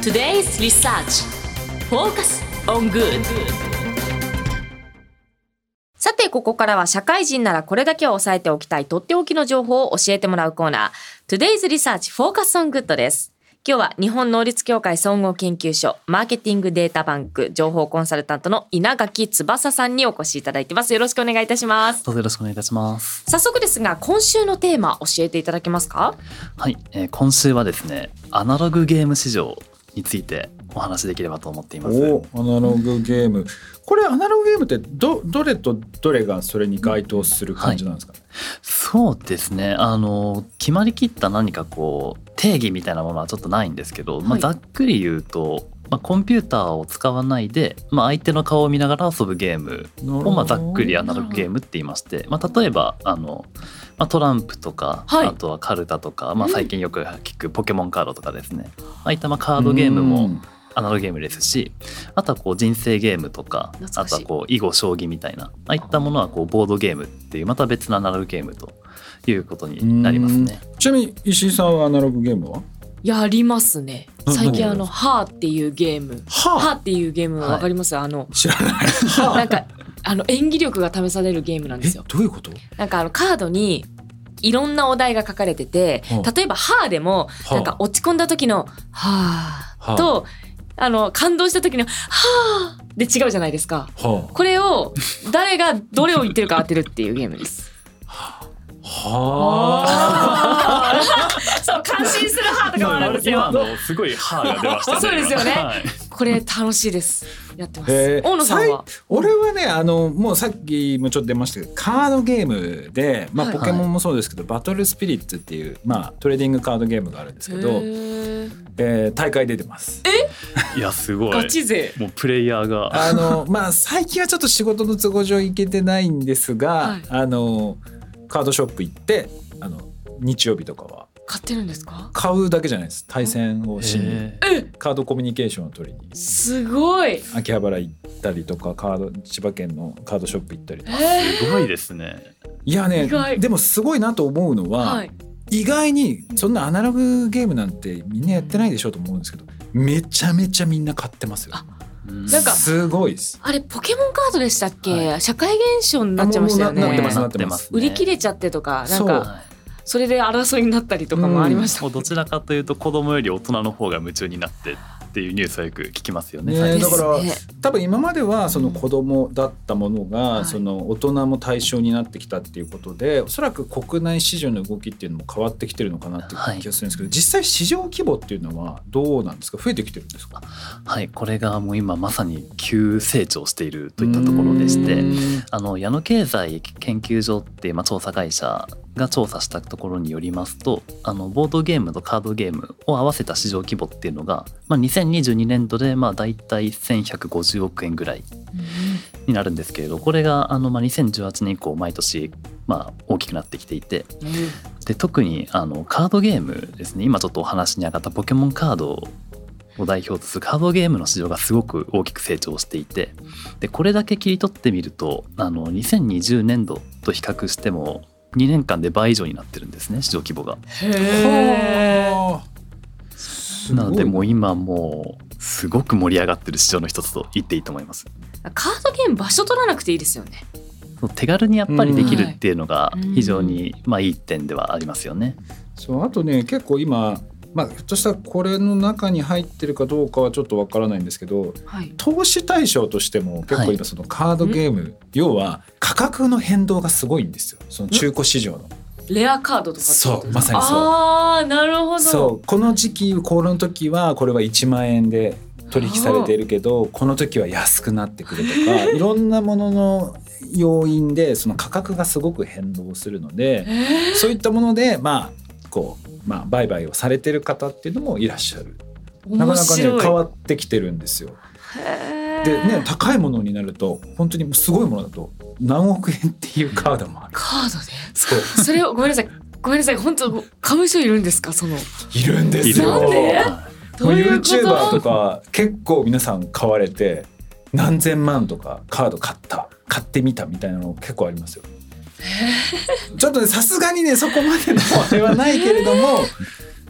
Today's Research Focus on Good。 さてここからは社会人ならこれだけは押さえておきたいとっておきの情報を教えてもらうコーナー Today's Research Focus on Good です。今日は日本能率協会総合研究所マーケティングデータバンク情報コンサルタントの稲垣翼さんにお越しいただいてます。よろしくお願いいたします。 どうぞよろしくお願いいたします。 早速ですが今週のテーマ教えていただけますか？ はい、今週はですねアナログゲーム市場についてお話しできればと思っています。 アナログゲーム、これアナログゲームって どれとどれがそれに該当する感じなんですかね？ そうですね、決まりきった何かこう定義みたいなものはちょっとないんですけど、ざっくり言うと、コンピューターを使わないで、相手の顔を見ながら遊ぶゲームを、ざっくりアナログゲームって言いまして、例えばトランプとか、あとはカルタとか、最近よく聞くポケモンカードとかですね、ああいったカードゲームもアナログゲームですし、あとはこう人生ゲームとか、あとはこう囲碁将棋みたいなああいったものはこうボードゲームっていうまた別のアナログゲームということになりますね。 ちなみに石井さんはアナログゲームはやりますね。最近ハーっていうゲーム、ハーっていうゲームわかります？ 知らないなんか演技力が試されるゲームなんですよ。 どういうこと？ なんかカードにいろんなお題が書かれてて、例えばハーでもなんか落ち込んだ時のハーと感動した時のはーで違うじゃないですか。これを誰がどれを言ってるか当てるっていうゲームです。はあそう感心するハーとかもあるんですよ。 すごいハーが出ましたね。 そうですよね、これ楽しいです。やってます。大野さんは？ 俺はねもうさっきもちょっと出ましたけどカードゲームで、ポケモンもそうですけど、バトルスピリッツっていう、トレーディングカードゲームがあるんですけど、大会出てます。 いやすごいガチ勢。 もうプレイヤーが最近はちょっと仕事の都合上行けてないんですが、カードショップ行って日曜日とかは買ってるんですか？ 買うだけじゃないです。対戦をしにカードコミュニケーションを取りにすごい秋葉原行ったりとか千葉県のカードショップ行ったりとか、 すごいですね。 いやね、でもすごいなと思うのは、意外にそんなアナログゲームなんてみんなやってないでしょうと思うんですけど、めちゃめちゃみんな買ってますよ。 なんかすごいです。 あれポケモンカードでしたっけ？社会現象になっちゃいましたよね。 なってます。 売り切れちゃってとか、なんかそれで争いになったりとかもありました。 もうどちらかというと子供より大人の方が夢中になってっていうニュースはよく聞きますよね。 だから多分今まではその子供だったものがその大人も対象になってきたっていうことで、おそらく国内市場の動きっていうのも変わってきてるのかなっていう気がするんですけど、実際市場規模っていうのはどうなんですか？増えてきてるんですか？ はい、これがもう今まさに急成長しているといったところでして、矢野経済研究所っていう調査会社が調査したところによりますと、ボードゲームとカードゲームを合わせた市場規模っていうのが、2022年度でだいたい1150億円ぐらいになるんですけれど、これが2018年以降毎年大きくなってきていて、で特にカードゲームですね、今ちょっとお話に上がったポケモンカードを代表とするカードゲームの市場がすごく大きく成長していて、でこれだけ切り取ってみると2020年度と比較しても2年間で倍以上になってるんですね、市場規模が。なのでもう今もうすごく盛り上がってる市場の一つと言っていいと思います。 カードゲーム場所取らなくていいですよね。 手軽にやっぱりできるっていうのが非常にいい点ではありますよね。 そうあとね、結構今ひょっとしたらこれの中に入ってるかどうかはちょっとわからないんですけど、投資対象としても結構今そのカードゲーム、要は価格の変動がすごいんですよ、その中古市場の。 レアカードとかってことですか？ そう、まさにそう。 なるほど。 そうこの時期この時はこれは1万円で取引されているけど、この時は安くなってくるとか、いろんなものの要因でその価格がすごく変動するので、そういったもので売買をされてる方っていうのもいらっしゃる。なかなかね変わってきてるんですよ。でね、高いものになると本当にすごいものだと何億円っていうカードもある。 カードでそれをごめんなさい本当買う人いるんですか？ いるんですよ。 なんで？ もう YouTuber とか結構皆さん買われて何千万とかカード買ってみたみたいなの結構ありますよ。ちょっとねさすがにねそこまでのあれはないけれども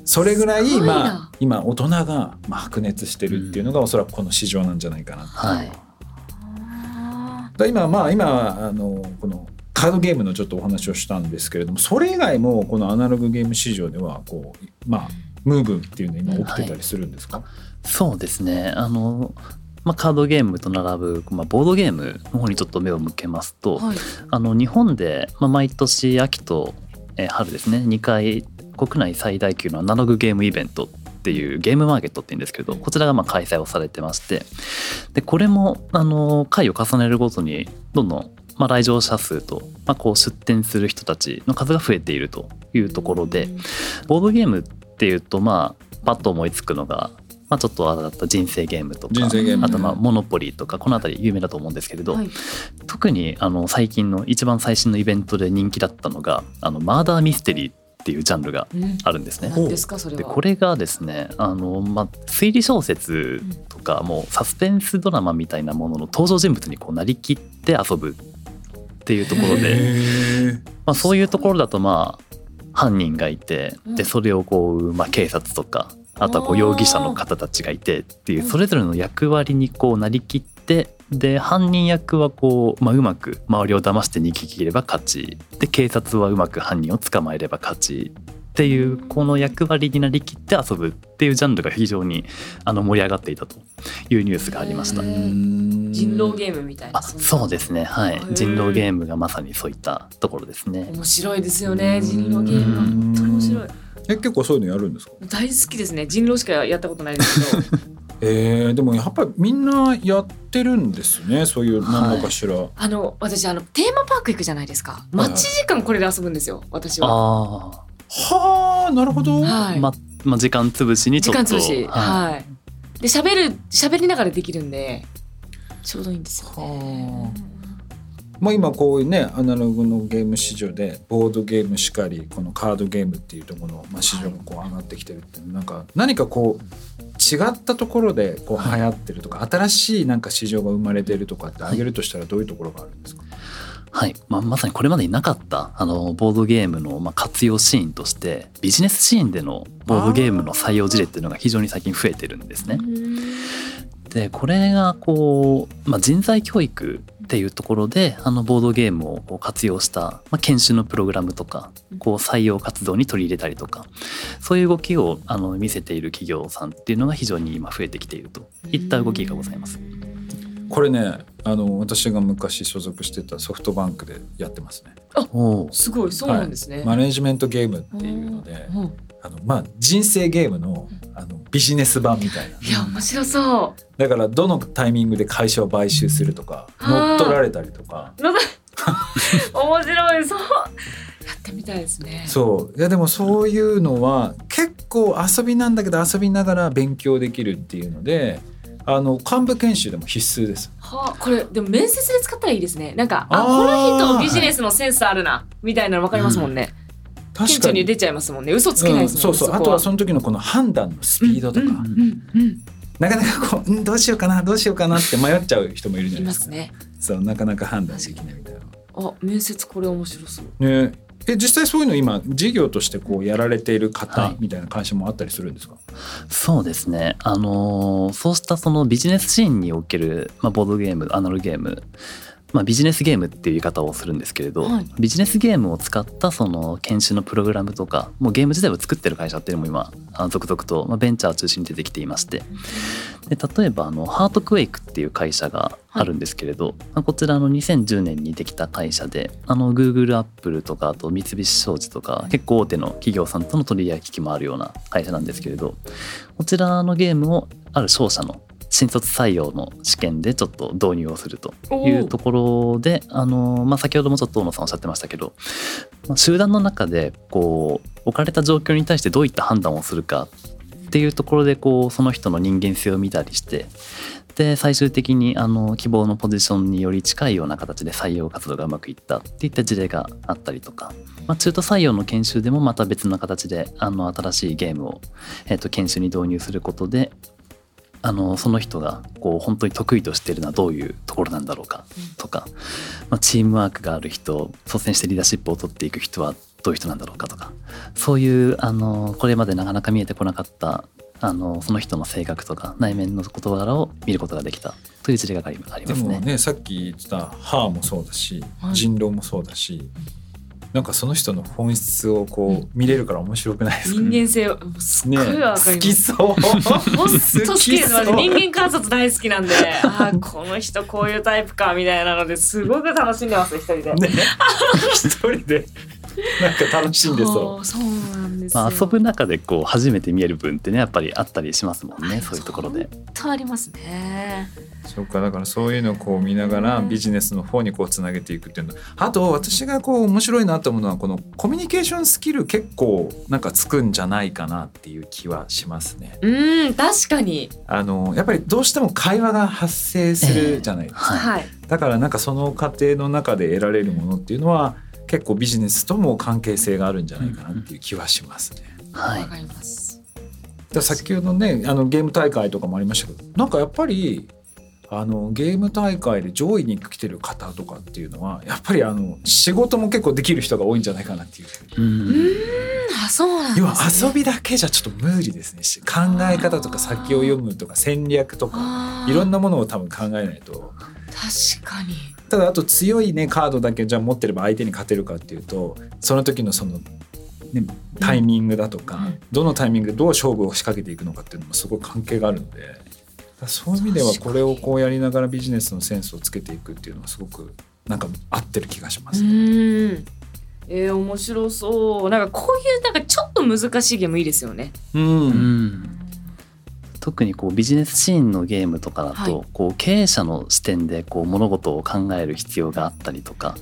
それぐらいすごいなまあ今大人がまあ白熱してるっていうのがおそらくこの市場なんじゃないかな、 はいだ今このカードゲームのちょっとお話をしたんですけれども、それ以外もこのアナログゲーム市場ではこうまあムーブっていうの今起きてたりするんですか？ そうですね。カードゲームと並ぶ、ボードゲームの方にちょっと目を向けますと、 はい、 日本で、毎年秋と、春ですね2回国内最大級のアナログゲームイベントっていうゲームマーケットって言うんですけど、こちらが開催をされてまして、でこれも回を重ねるごとにどんどん来場者数と、こう出展する人たちの数が増えているというところで、ボードゲームっていうとパッと思いつくのが、ちょっとあだった人生ゲームとか、あとモノポリーとかこのあたり有名だと思うんですけれど、 はい、 特に最近の一番最新のイベントで人気だったのがマーダーミステリーっていうジャンルがあるんですね。 何ですかそれは？ でこれがですね推理小説とかもうサスペンスドラマみたいなものの登場人物にこうなりきって遊ぶっていうところで、そういうところだと犯人がいて、でそれをこう、警察とかあとはこう容疑者の方たちがいてっていうそれぞれの役割にこうなりきって、で犯人役はこう、うまく周りを騙して逃げ切れば勝ちで、警察はうまく犯人を捕まえれば勝ちっていうこの役割になりきって遊ぶっていうジャンルが非常に盛り上がっていたというニュースがありました。 人狼ゲームみたいな。 そうですね、はい、人狼ゲームがまさにそういったところですね。 面白いですよね、人狼ゲーム。本当に面白い。 結構そういうのやるんですか？ 大好きですね。人狼しかやったことないですけどでもやっぱりみんなやってるんですね、そういう何らかしら、 私テーマパーク行くじゃないですか。待ち時間これで遊ぶんですよ、私は。 はあ、なるほど、 はい時間つぶしにちょっと時間つぶし、はい、で喋りながらできるんでちょうどいいんですよね。 今こういうねアナログのゲーム市場でボードゲームしかりこのカードゲームっていうところの、市場がこう上がってきてるって何かこう違ったところでこう流行ってるとか、新しいなんか市場が生まれてるとかって挙げるとしたらどういうところがあるんですか？ はい、まさにこれまでになかったボードゲームの活用シーンとしてビジネスシーンでのボードゲームの採用事例っていうのが非常に最近増えてるんですね。でこれがこう、人材教育っていうところでボードゲームをこう活用した、研修のプログラムとかこう採用活動に取り入れたりとか、そういう動きを見せている企業さんっていうのが非常に今増えてきているといった動きがございます。 これね私が昔所属してたソフトバンクでやってますね。 すごい、そうなんですね。 マネジメントゲームっていうので人生ゲームのビジネス版みたいな。 いや面白そう。 だからどのタイミングで会社を買収するとか乗っ取られたりとか面白い。そうやってみたいですね。 そういやでもそういうのは結構遊びなんだけど遊びながら勉強できるっていうので幹部研修でも必須です。 これでも面接で使ったらいいですね。この人ビジネスのセンスあるなみたいなの分かりますもんね。顕著に出ちゃいますもんね。嘘つけないですもんね。 そうあとはその時のこの判断のスピードとか、なかなかこう、どうしようかなって迷っちゃう人もいるじゃないですか。いますね。そうなかなか判断できないみたいな。 面接これ面白そうね。実際そういうの今事業としてこうやられている方みたいな会社もあったりするんですか？ そうですね。そうしたそのビジネスシーンにおける、ボードゲーム、アナログゲーム、ビジネスゲームっていう言い方をするんですけれど、ビジネスゲームを使ったその研修のプログラムとかもうゲーム自体を作ってる会社っていうのも今続々とベンチャー中心に出てきていまして、で例えばハートクエイクっていう会社があるんですけれど、こちら2010年にできた会社でGoogle、Apple とかあと三菱商事とか結構大手の企業さんとの取り引きもあるような会社なんですけれど、こちらのゲームをある商社の新卒採用の試験でちょっと導入をするというところで先ほどもちょっと大野さんおっしゃってましたけど、集団の中でこう置かれた状況に対してどういった判断をするかっていうところでこうその人の人間性を見たりして、で最終的に希望のポジションにより近いような形で採用活動がうまくいったっていった事例があったりとか、中途採用の研修でもまた別の形で新しいゲームを、研修に導入することでその人がこう本当に得意としているのはどういうところなんだろうかとか、チームワークがある人、率先してリーダーシップを取っていく人はどういう人なんだろうかとか、そういうこれまでなかなか見えてこなかったその人の性格とか内面の事柄を見ることができたという事例がありますね。 でもね、さっき言ってた歯もそうだし、人狼もそうだし、なんかその人の本質をこう見れるから面白くないですかね。 人間性をすっごいわかります、 好きそう本当好きです。人間観察大好きなんでこの人こういうタイプかみたいなのですごく楽しんでます一人で、ね、 一人でなんか楽しんでそうなんですよ、 遊ぶ中でこう初めて見える分ってねやっぱりあったりしますもんね、そういうところで。 本当ありますね。 そうか、だからそういうのをこう見ながらビジネスの方にこうつなげていくっていうの。あと私がこう面白いなと思うのはこのコミュニケーションスキル結構なんかつくんじゃないかなっていう気はしますね。 確かにやっぱりどうしても会話が発生するじゃないですか、 はい、 だからなんかその過程の中で得られるものっていうのは結構ビジネスとも関係性があるんじゃないかなっていう気はしますね。 わかります。 先ほどねゲーム大会とかもありましたけど、なんかやっぱりゲーム大会で上位に来てる方とかっていうのはやっぱり仕事も結構できる人が多いんじゃないかなっていう。 そうなんですね。 要は遊びだけじゃちょっと無理ですね。考え方とか先を読むとか戦略とかいろんなものを多分考えないと。 確かに。 ただあと強いねカードだけじゃ持ってれば相手に勝てるかっていうと、その時のその、ね、タイミングだとか、どのタイミングでどう勝負を仕掛けていくのかっていうのもすごい関係があるので、そういう意味ではこれをこうやりながらビジネスのセンスをつけていくっていうのはすごくなんか合ってる気がしますね。 面白そう。なんかこういうなんかちょっと難しいゲームいいですよね。 特にこうビジネスシーンのゲームとかだと、こう経営者の視点でこう物事を考える必要があったりとか、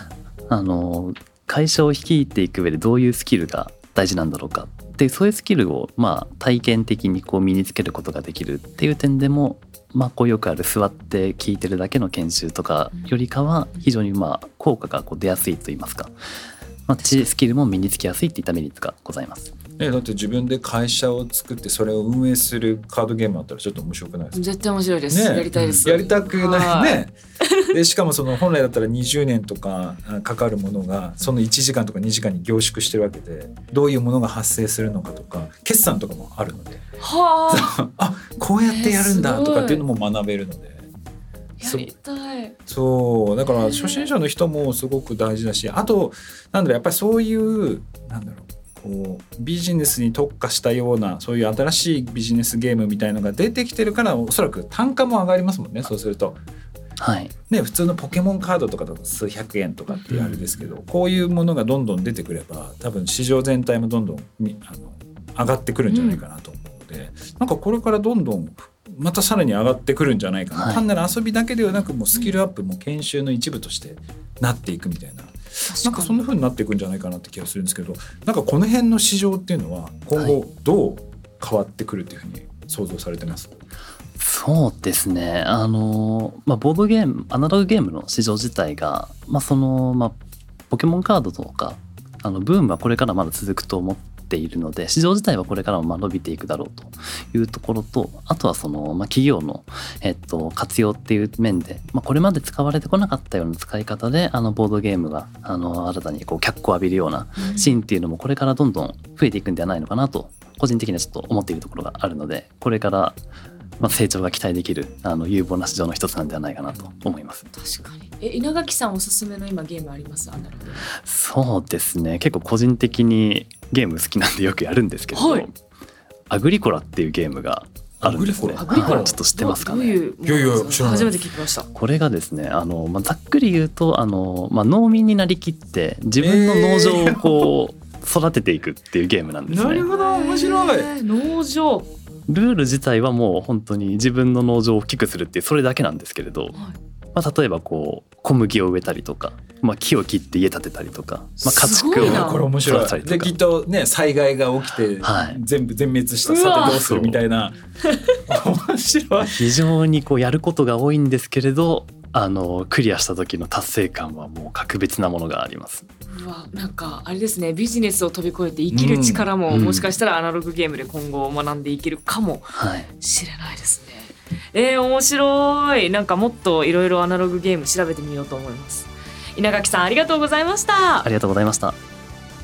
会社を率いていく上でどういうスキルが大事なんだろうかっていう、そういうスキルを体験的にこう身につけることができるっていう点でも、こうよくある座って聞いてるだけの研修とかよりかは非常に効果がこう出やすいといいますか、スキルも身につきやすいっていったメリットがございます。 だって自分で会社を作ってそれを運営するカードゲームあったらちょっと面白くないですか。 絶対面白いです、やりたいです。 やりたくないね。でしかもその本来だったら20年とかかかるものがその1時間とか2時間に凝縮してるわけで、どういうものが発生するのかとか決算とかもあるので、こうやってやるんだとかっていうのも学べるので、 やりたい。 そうだから初心者の人もすごく大事だし、あとやっぱりそういうこうビジネスに特化したようなそういう新しいビジネスゲームみたいのが出てきてるから、おそらく単価も上がりますもんね。そうすると、普通のポケモンカードとかだと数百円とかってあれですけど、こういうものがどんどん出てくれば多分市場全体もどんどん上がってくるんじゃないかなと思うので、なんかこれからどんどんまたさらに上がってくるんじゃないかな、単なる遊びだけではなくもうスキルアップも研修の一部としてなっていくみたいな、なんかそんな風になっていくんじゃないかなって気がするんですけど、なんかこの辺の市場っていうのは今後どう変わってくるっていうふうに想像されてます？ そうですね、ボードゲームアナログゲームの市場自体が、ポケモンカードとかブームはこれからまだ続くと思っているので、市場自体はこれからも伸びていくだろうというところと、あとは企業の、活用っていう面で、これまで使われてこなかったような使い方でボードゲームが新たにこう脚光を浴びるようなシーンっていうのもこれからどんどん増えていくんではないのかなと個人的にはちょっと思っているところがあるので、これから成長が期待できる有望な市場の一つなんではないかなと思います。 確かに。稲垣さんおすすめの今ゲームあります？ そうですね、結構個人的にゲーム好きなんでよくやるんですけど、アグリコラっていうゲームがあるんですね。 アグリコラちょっと知ってますかね？ いや初めて聞きました。 これがですね、ざっくり言うと農民になりきって自分の農場をこう育てていくっていうゲームなんですね。 なるほど、面白い。 農場ルール自体はもう本当に自分の農場を大きくするっていうそれだけなんですけれど、例えばこう小麦を植えたりとか、木を切って家建てたりとか、家畜をこれ面白い。できっとね、災害が起きて、全部全滅したさてどうするみたいな面白い。 非常にこうやることが多いんですけれど、クリアした時の達成感はもう格別なものがあります。 なんかあれですね、ビジネスを飛び越えて生きる力も、もしかしたらアナログゲームで今後学んでいけるかもしれないですね。面白い。なんかもっといろいろアナログゲーム調べてみようと思います。稲垣さんありがとうございました。 ありがとうございました。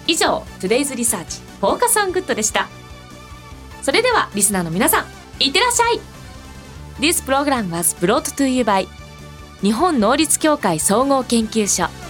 以上 Today's Research Focus on Good でした。それではリスナーの皆さん、いってらっしゃい。 This program was brought to you by 日本能率協会総合研究所。